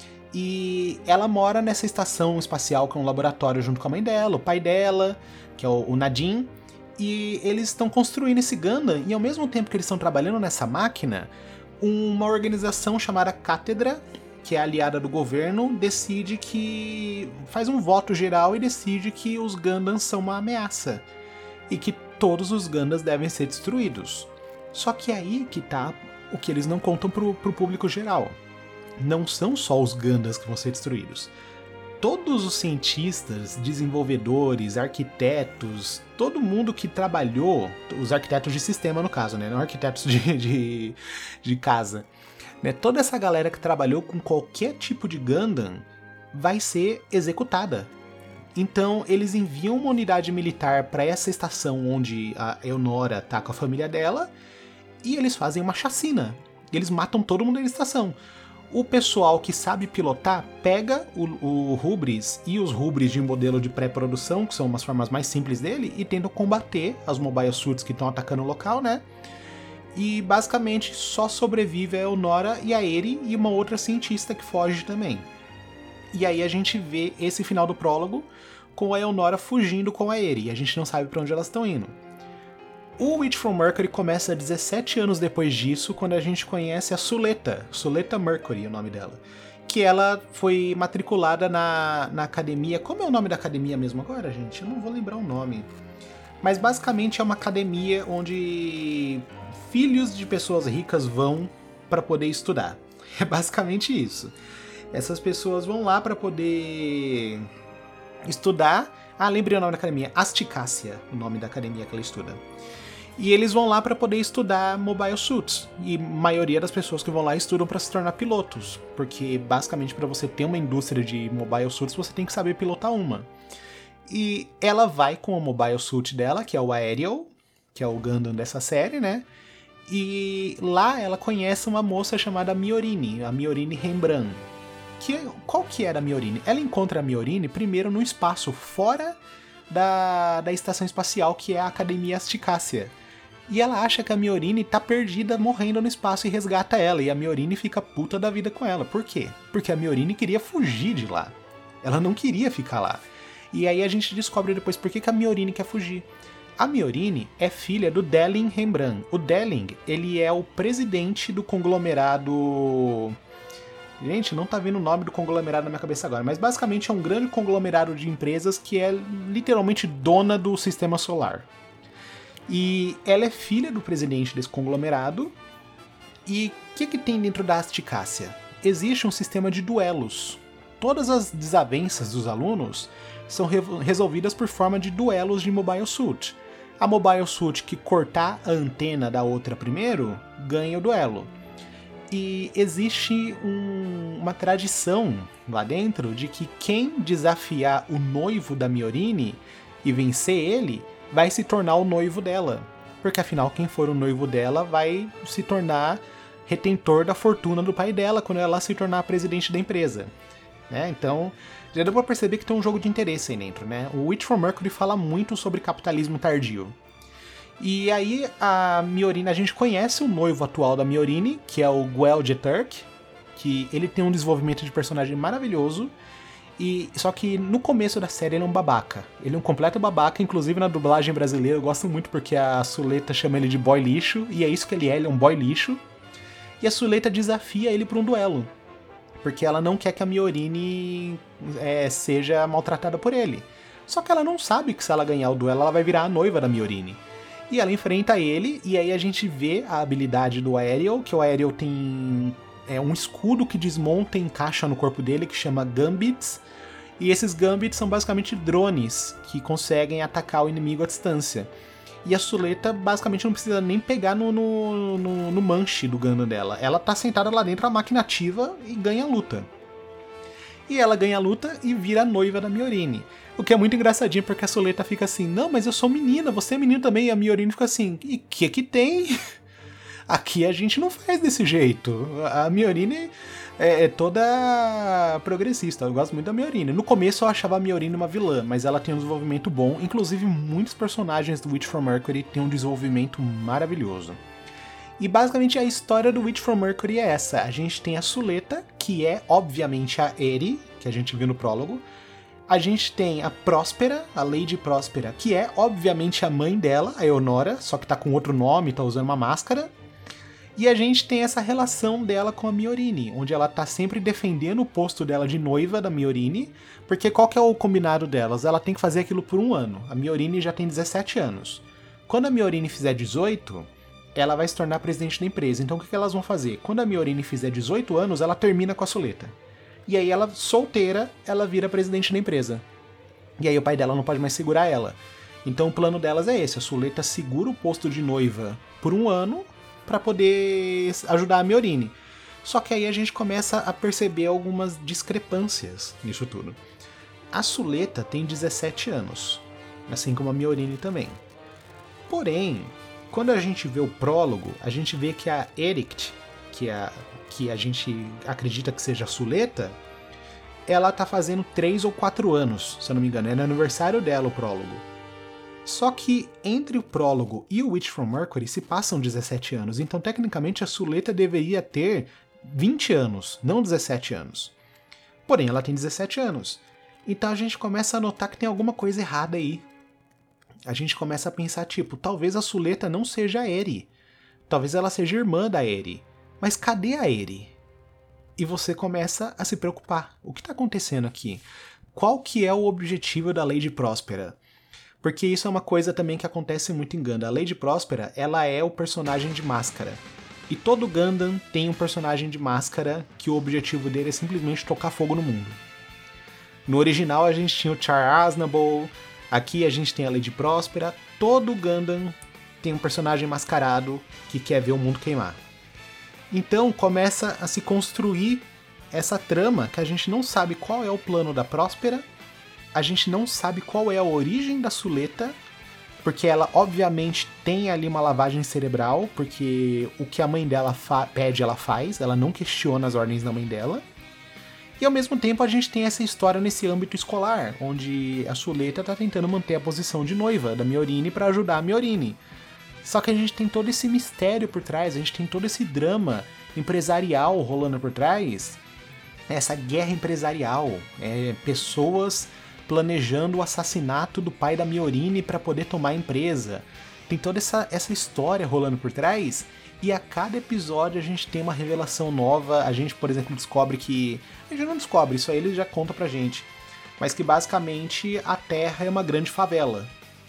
e ela mora nessa estação espacial que é um laboratório junto com a mãe dela, o pai dela, que é o Nadim, e eles estão construindo esse Gundam, e ao mesmo tempo que eles estão trabalhando nessa máquina, uma organização chamada Cátedra, que é aliada do governo, decide que faz um voto geral e decide que os Gundams são uma ameaça, e que todos os Gundams devem ser destruídos. Só que aí que tá o que eles não contam pro público geral. Não são só os Gundams que vão ser destruídos. Todos os cientistas, desenvolvedores, arquitetos, todo mundo que trabalhou, os arquitetos de sistema no caso, né? Não arquitetos de casa. Né? Toda essa galera que trabalhou com qualquer tipo de Gundam vai ser executada. Então eles enviam uma unidade militar para essa estação onde a Eonora tá com a família dela e eles fazem uma chacina. Eles matam todo mundo na estação. O pessoal que sabe pilotar pega o Hubris e os Hubris de modelo de pré-produção, que são umas formas mais simples dele, e tentam combater as mobile suits que estão atacando o local, né? E basicamente só sobrevive a Eonora e a Eri e uma outra cientista que foge também. E aí a gente vê esse final do prólogo com a Eonora fugindo com a Eri, e a gente não sabe para onde elas estão indo. O Witch from Mercury começa 17 anos depois disso, quando a gente conhece a Suletta Mercury, é o nome dela, que ela foi matriculada na academia. Como é o nome da academia mesmo agora, gente? Eu não vou lembrar o nome. Mas basicamente é uma academia onde filhos de pessoas ricas vão para poder estudar. É basicamente isso. Essas pessoas vão lá para poder estudar. Ah, lembrei o nome da academia. Asticácia, o nome da academia que ela estuda. E eles vão lá para poder estudar mobile suits. E a maioria das pessoas que vão lá estudam para se tornar pilotos. Porque basicamente para você ter uma indústria de mobile suits, você tem que saber pilotar uma. E ela vai com o mobile suit dela, que é o Aerial, que é o Gundam dessa série, né? E lá ela conhece uma moça chamada Miorini, a Miorini Rembrandt. Qual que era a Miorini? Ela encontra a Miorini primeiro no espaço, fora da estação espacial, que é a Academia Asticácia. E ela acha que a Miorini tá perdida, morrendo no espaço, e resgata ela. E a Miorini fica puta da vida com ela. Por quê? Porque a Miorini queria fugir de lá. Ela não queria ficar lá. E aí a gente descobre depois por que a Miorini quer fugir. A Miorini é filha do Delling Rembrandt. O Delling, ele é o presidente do conglomerado... Gente, não tá vindo o nome do conglomerado na minha cabeça agora, mas basicamente é um grande conglomerado de empresas que é literalmente dona do sistema solar. E ela é filha do presidente desse conglomerado. E o que tem dentro da Asticácia? Existe um sistema de duelos. Todas as desavenças dos alunos são resolvidas por forma de duelos de Mobile Suit. A Mobile Suit que cortar a antena da outra primeiro, ganha o duelo. E existe uma tradição lá dentro de que quem desafiar o noivo da Miorini e vencer ele, vai se tornar o noivo dela. Porque afinal, quem for o noivo dela vai se tornar retentor da fortuna do pai dela quando ela se tornar a presidente da empresa. Né? Então, já deu pra perceber que tem um jogo de interesse aí dentro. Né? O Witch from Mercury fala muito sobre capitalismo tardio. E aí, a Miorini, a gente conhece o noivo atual da Miorini, que é o Guel Jeturk, que ele tem um desenvolvimento de personagem maravilhoso, só que no começo da série ele é um babaca. Ele é um completo babaca, inclusive na dublagem brasileira eu gosto muito porque a Suleta chama ele de boy lixo, e é isso que ele é um boy lixo. E a Suleta desafia ele para um duelo, porque ela não quer que a Miorini seja maltratada por ele. Só que ela não sabe que se ela ganhar o duelo ela vai virar a noiva da Miorini. E ela enfrenta ele, e aí a gente vê a habilidade do Aerial, que o Aerial tem um escudo que desmonta e encaixa no corpo dele, que chama Gambits. E esses Gambits são basicamente drones que conseguem atacar o inimigo à distância. E a Suleta basicamente não precisa nem pegar no manche do Gundam dela. Ela tá sentada lá dentro, a máquina ativa, e ganha a luta. E ela ganha a luta e vira a noiva da Miorini. O que é muito engraçadinho, porque a Suleta fica assim, não, mas eu sou menina, você é menino também. E a Miorini fica assim, e que tem? Aqui a gente não faz desse jeito. A Miorini é toda progressista, eu gosto muito da Miorini. No começo eu achava a Miorini uma vilã, mas ela tem um desenvolvimento bom. Inclusive, muitos personagens do Witch from Mercury têm um desenvolvimento maravilhoso. E basicamente a história do Witch from Mercury é essa. A gente tem a Suleta, que é obviamente a Eri, que a gente viu no prólogo. A gente tem a Próspera, a Lady Próspera, que é obviamente a mãe dela, a Eonora, só que tá com outro nome, tá usando uma máscara. E a gente tem essa relação dela com a Miorini, onde ela tá sempre defendendo o posto dela de noiva da Miorini, porque qual que é o combinado delas? Ela tem que fazer aquilo por 1 ano. A Miorini já tem 17 anos. Quando a Miorini fizer 18... ela vai se tornar presidente da empresa. Então o que elas vão fazer? Quando a Miorini fizer 18 anos, ela termina com a Suleta. E aí ela, solteira, ela vira presidente da empresa. E aí o pai dela não pode mais segurar ela. Então o plano delas é esse, a Suleta segura o posto de noiva por 1 ano para poder ajudar a Miorini. Só que aí a gente começa a perceber algumas discrepâncias nisso tudo. A Suleta tem 17 anos, assim como a Miorini também. Porém, quando a gente vê o prólogo, a gente vê que a Erikt, que a gente acredita que seja a Suleta, ela tá fazendo 3 ou 4 anos, se eu não me engano. É no aniversário dela o prólogo. Só que entre o prólogo e o Witch from Mercury se passam 17 anos, então tecnicamente a Suleta deveria ter 20 anos, não 17 anos. Porém, ela tem 17 anos. Então a gente começa a notar que tem alguma coisa errada aí. A gente começa a pensar, tipo, talvez a Suleta não seja a Eri. Talvez ela seja irmã da Eri. Mas cadê a Eri? E você começa a se preocupar. O que está acontecendo aqui? Qual que é o objetivo da Lady Próspera? Porque isso é uma coisa também que acontece muito em Gundam. A Lady Próspera, ela é o personagem de máscara. E todo Gundam tem um personagem de máscara que o objetivo dele é simplesmente tocar fogo no mundo. No original a gente tinha o Char Aznable, aqui a gente tem a Lady Próspera. Todo Gundam tem um personagem mascarado que quer ver o mundo queimar. Então começa a se construir essa trama que a gente não sabe qual é o plano da Próspera a gente não sabe qual é a origem da Suletta, porque ela obviamente tem ali uma lavagem cerebral, porque o que a mãe dela pede ela faz, ela não questiona as ordens da mãe dela. E ao mesmo tempo a gente tem essa história nesse âmbito escolar, onde a Suletta tá tentando manter a posição de noiva da Miorine para ajudar a Miorine. Só que a gente tem todo esse mistério por trás, a gente tem todo esse drama empresarial rolando por trás, essa guerra empresarial, pessoas planejando o assassinato do pai da Miorine para poder tomar a empresa. Tem toda essa história rolando por trás, e a cada episódio a gente tem uma revelação nova. A gente, por exemplo, descobre que... A gente não descobre, isso aí eles já contam pra gente. Mas que basicamente a Terra é uma grande favela.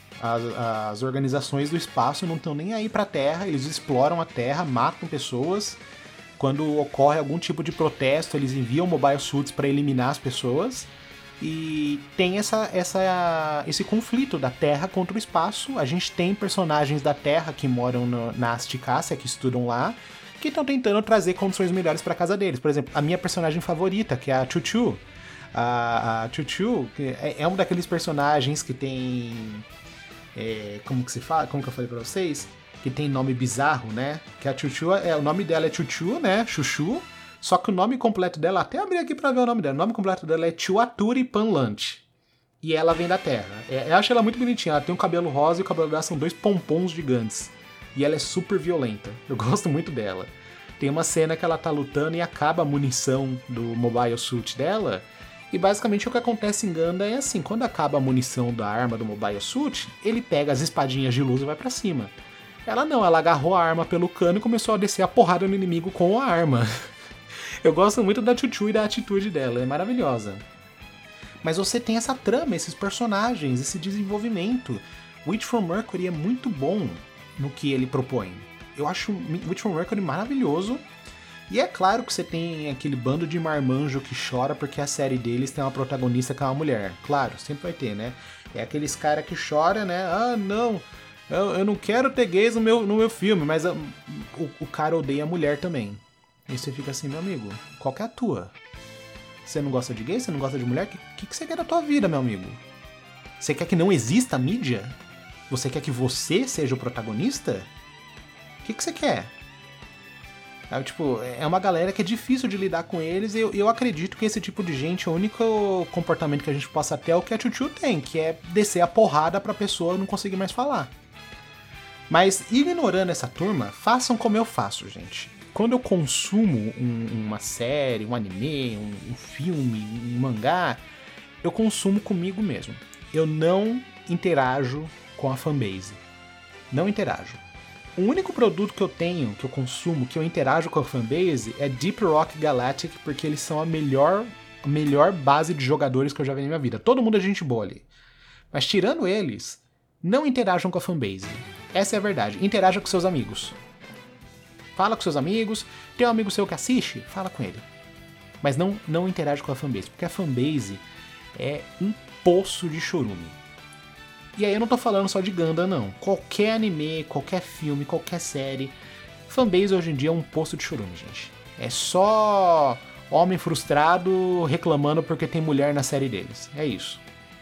As organizações do espaço não estão nem aí pra Terra, eles exploram a Terra, matam pessoas. Quando ocorre algum tipo de protesto, eles enviam mobile suits para eliminar as pessoas. E tem esse conflito da Terra contra o espaço. A gente tem personagens da Terra que moram na Asticácia, que estudam lá, que estão tentando trazer condições melhores para casa deles. Por exemplo, a minha personagem favorita, que é a Chuchu. A Chuchu é um daqueles personagens que tem... como que se fala? Como que eu falei pra vocês? Que tem nome bizarro, né? Que a Chuchu, o nome dela é Chuchu, né? Chuchu. Só que o nome completo dela, até abri aqui pra ver o nome dela. O nome completo dela é Chuaturi Panlant. E ela vem da Terra. Eu acho ela muito bonitinha. Ela tem um cabelo rosa e o cabelo dela são 2 pompons gigantes. E ela é super violenta. Eu gosto muito dela. Tem uma cena que ela tá lutando e acaba a munição do mobile suit dela. E basicamente o que acontece em Gundam é assim. Quando acaba a munição da arma do mobile suit, ele pega as espadinhas de luz e vai pra cima. Ela não, ela agarrou a arma pelo cano e começou a descer a porrada no inimigo com a arma. Eu gosto muito da Chuchu e da atitude dela, é maravilhosa. Mas você tem essa trama, esses personagens, esse desenvolvimento. Witch from Mercury é muito bom no que ele propõe. Eu acho Witch from Mercury maravilhoso. E é claro que você tem aquele bando de marmanjo que chora porque a série deles tem uma protagonista que é uma mulher. Claro, sempre vai ter, né? É aqueles caras que choram, né? Ah, não, eu não quero ter gays no meu filme, mas o cara odeia a mulher também. E você fica assim, meu amigo, qual que é a tua? Você não gosta de gay? Você não gosta de mulher? O que você quer da tua vida, meu amigo? Você quer que não exista mídia? Você quer que você seja o protagonista? O que você quer? Tipo, é uma galera que é difícil de lidar com eles, e eu acredito que esse tipo de gente, o único comportamento que a gente possa ter é o que a Chuchu tem, que é descer a porrada pra pessoa não conseguir mais falar. Mas, ignorando essa turma, façam como eu faço, gente. Quando eu consumo uma série, um anime, um filme, um mangá, eu consumo comigo mesmo. Eu não interajo com a fanbase. Não interajo. O único produto que eu tenho, que eu consumo, que eu interajo com a fanbase é Deep Rock Galactic, porque eles são a melhor base de jogadores que eu já vi na minha vida. Todo mundo é gente boa ali. Mas tirando eles, não interajam com a fanbase. Essa é a verdade. Interaja com seus amigos. Fala com seus amigos. Tem um amigo seu que assiste? Fala com ele. Mas não interage com a fanbase, porque a fanbase é um poço de chorume. E aí eu não tô falando só de Gundam, não. Qualquer anime, qualquer filme, qualquer série, fanbase hoje em dia é um poço de chorume, gente. É só homem frustrado reclamando porque tem mulher na série deles. É isso.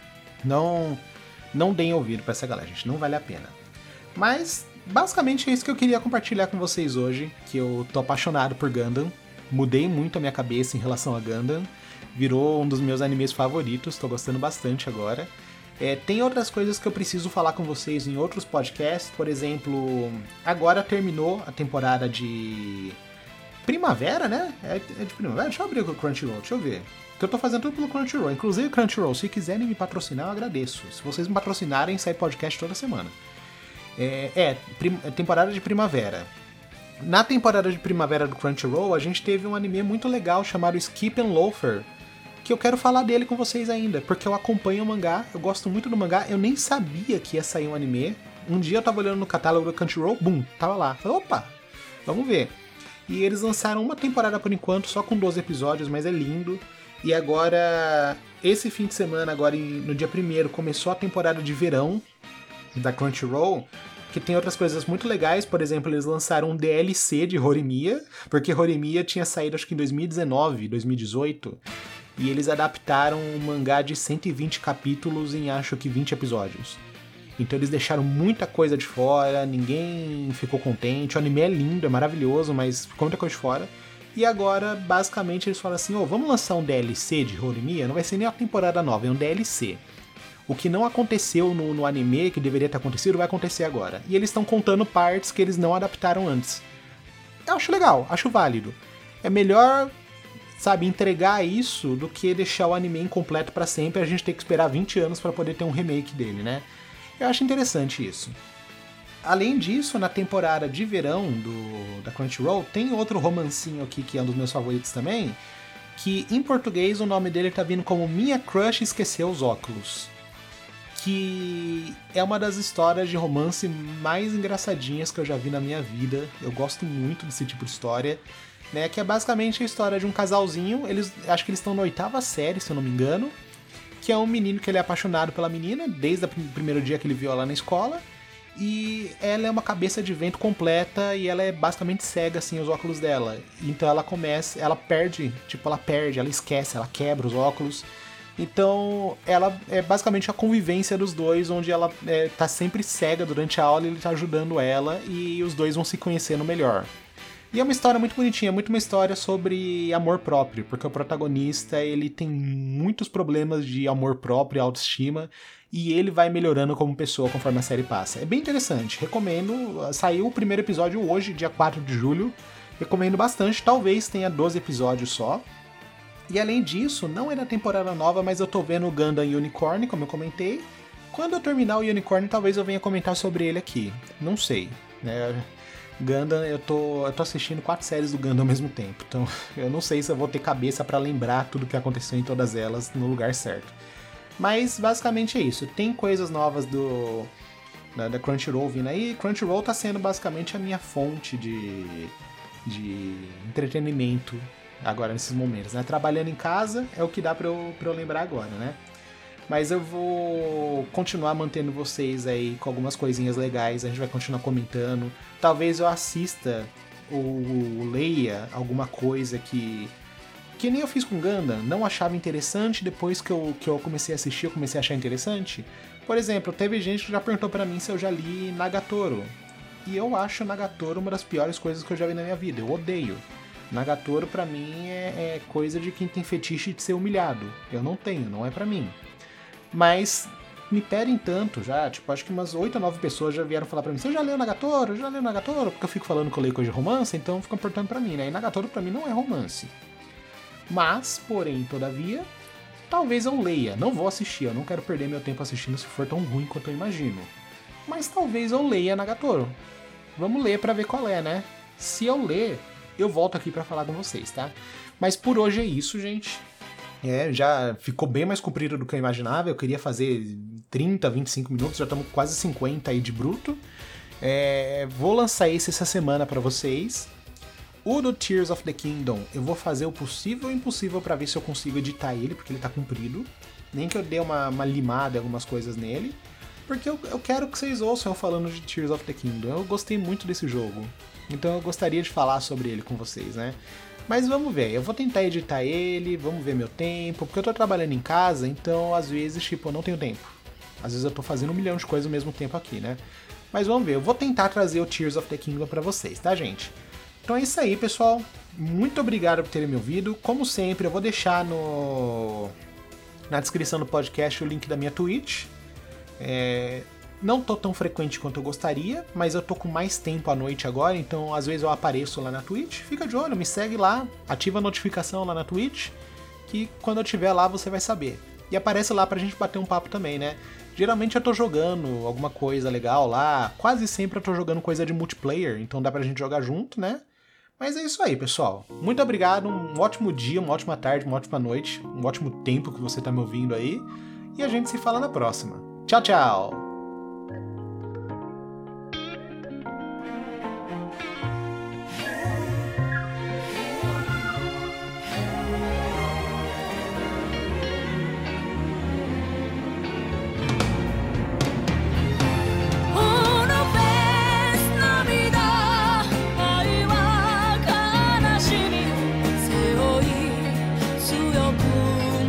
Não deem ouvido pra essa galera, gente. Não vale a pena. Mas, basicamente é isso que eu queria compartilhar com vocês hoje, que eu tô apaixonado por Gundam. Mudei muito a minha cabeça em relação a Gundam. Virou um dos meus animes favoritos, tô gostando bastante agora. Tem outras coisas que eu preciso falar com vocês em outros podcasts. Por exemplo, agora terminou a temporada de primavera, né? É de primavera? Deixa eu abrir o Crunchyroll, deixa eu ver. Que eu tô fazendo tudo pelo Crunchyroll. Inclusive, Crunchyroll, se quiserem me patrocinar, eu agradeço. Se vocês me patrocinarem, sai podcast toda semana. Temporada de primavera. Na temporada de primavera do Crunchyroll, a gente teve um anime muito legal chamado Skip and Loafer, que eu quero falar dele com vocês ainda, porque eu acompanho o mangá, eu gosto muito do mangá, eu nem sabia que ia sair um anime. Um dia eu tava olhando no catálogo do Crunchyroll, bum, tava lá. Falei, opa, vamos ver. E eles lançaram uma temporada por enquanto, só com 12 episódios, mas é lindo. E agora, esse fim de semana, agora no dia 1º, começou a temporada de verão da Crunchyroll, que tem outras coisas muito legais. Por exemplo, eles lançaram um DLC de Horimiya, porque Horimiya tinha saído acho que em 2019, 2018, e eles adaptaram um mangá de 120 capítulos em acho que 20 episódios. Então eles deixaram muita coisa de fora, ninguém ficou contente, o anime é lindo, é maravilhoso, mas ficou muita coisa de fora. E agora, basicamente, eles falam assim, vamos lançar um DLC de Horimiya? Não vai ser nem a temporada nova, é um DLC. O que não aconteceu no anime, que deveria ter acontecido, vai acontecer agora. E eles estão contando partes que eles não adaptaram antes. Eu acho legal, acho válido. É melhor, sabe, entregar isso do que deixar o anime incompleto pra sempre e a gente ter que esperar 20 anos pra poder ter um remake dele, né? Eu acho interessante isso. Além disso, na temporada de verão da Crunchyroll, tem outro romancinho aqui que é um dos meus favoritos também, que em português o nome dele tá vindo como Minha Crush Esqueceu os Óculos. Que é uma das histórias de romance mais engraçadinhas que eu já vi na minha vida. Eu gosto muito desse tipo de história, né? Que é basicamente a história de um casalzinho, acho que eles estão na 8ª série, se eu não me engano, que é um menino que ele é apaixonado pela menina desde o primeiro dia que ele viu ela na escola, e ela é uma cabeça de vento completa e ela é basicamente cega, assim, os óculos dela. Então ela perde, ela esquece, ela quebra os óculos. Então ela é basicamente a convivência dos dois, onde ela tá sempre cega durante a aula e ele tá ajudando ela e os dois vão se conhecendo melhor. E é uma história muito bonitinha, muito uma história sobre amor próprio, porque o protagonista ele tem muitos problemas de amor próprio e autoestima, e ele vai melhorando como pessoa conforme a série passa. É bem interessante, recomendo. Saiu o primeiro episódio hoje, dia 4 de julho, recomendo bastante, talvez tenha 12 episódios só. E além disso, não é da temporada nova, mas eu tô vendo o Gundam Unicorn, como eu comentei. Quando eu terminar o Unicorn, talvez eu venha comentar sobre ele aqui, não sei, né? Gundam, eu tô assistindo 4 séries do Gundam ao mesmo tempo, então eu não sei se eu vou ter cabeça pra lembrar tudo que aconteceu em todas elas no lugar certo. Mas basicamente é isso, tem coisas novas da Crunchyroll vindo aí. Crunchyroll tá sendo basicamente a minha fonte de entretenimento agora nesses momentos, né? Trabalhando em casa é o que dá pra eu lembrar agora, né? Mas eu vou continuar mantendo vocês aí com algumas coisinhas legais, a gente vai continuar comentando. Talvez eu assista ou leia alguma coisa que nem eu fiz com Gundam, não achava interessante, depois que eu comecei a assistir, eu comecei a achar interessante. Por exemplo, teve gente que já perguntou pra mim se eu já li Nagatoro. E eu acho Nagatoro uma das piores coisas que eu já vi na minha vida, eu odeio. Nagatoro pra mim é coisa de quem tem fetiche de ser humilhado. Eu não tenho, não é pra mim. Mas me pedem tanto já, acho que umas 8 ou 9 pessoas já vieram falar pra mim: você já leu Nagatoro? Já leu Nagatoro? Porque eu fico falando que eu leio coisa de romance, então ficam perguntando pra mim, né? E Nagatoro pra mim não é romance. Mas, porém, todavia, talvez eu leia. Não vou assistir, eu não quero perder meu tempo assistindo se for tão ruim quanto eu imagino. Mas talvez eu leia Nagatoro. Vamos ler pra ver qual é, né? Se eu ler, eu volto aqui pra falar com vocês, tá? Mas por hoje é isso, gente. Já ficou bem mais comprido do que eu imaginava. Eu queria fazer 30, 25 minutos, já estamos quase 50 aí de bruto. Vou lançar esse essa semana pra vocês. O do Tears of the Kingdom, eu vou fazer o possível e o impossível pra ver se eu consigo editar ele, porque ele tá comprido. Nem que eu dê uma limada em algumas coisas nele. Porque eu quero que vocês ouçam eu falando de Tears of the Kingdom. Eu gostei muito desse jogo. Então eu gostaria de falar sobre ele com vocês, né? Mas vamos ver, eu vou tentar editar ele, vamos ver meu tempo, porque eu tô trabalhando em casa, então às vezes, eu não tenho tempo. Às vezes eu tô fazendo 1 milhão de coisas ao mesmo tempo aqui, né? Mas vamos ver, eu vou tentar trazer o Tears of the Kingdom pra vocês, tá, gente? Então é isso aí, pessoal. Muito obrigado por terem me ouvido. Como sempre, eu vou deixar na descrição do podcast o link da minha Twitch. Não tô tão frequente quanto eu gostaria, mas eu tô com mais tempo à noite agora, então às vezes eu apareço lá na Twitch. Fica de olho, me segue lá, ativa a notificação lá na Twitch, que quando eu estiver lá você vai saber. E aparece lá pra gente bater um papo também, né? Geralmente eu tô jogando alguma coisa legal lá, quase sempre eu tô jogando coisa de multiplayer, então dá pra gente jogar junto, né? Mas é isso aí, pessoal. Muito obrigado, um ótimo dia, uma ótima tarde, uma ótima noite, um ótimo tempo que você tá me ouvindo aí, e a gente se fala na próxima. Tchau, tchau! Thank you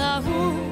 essa rua.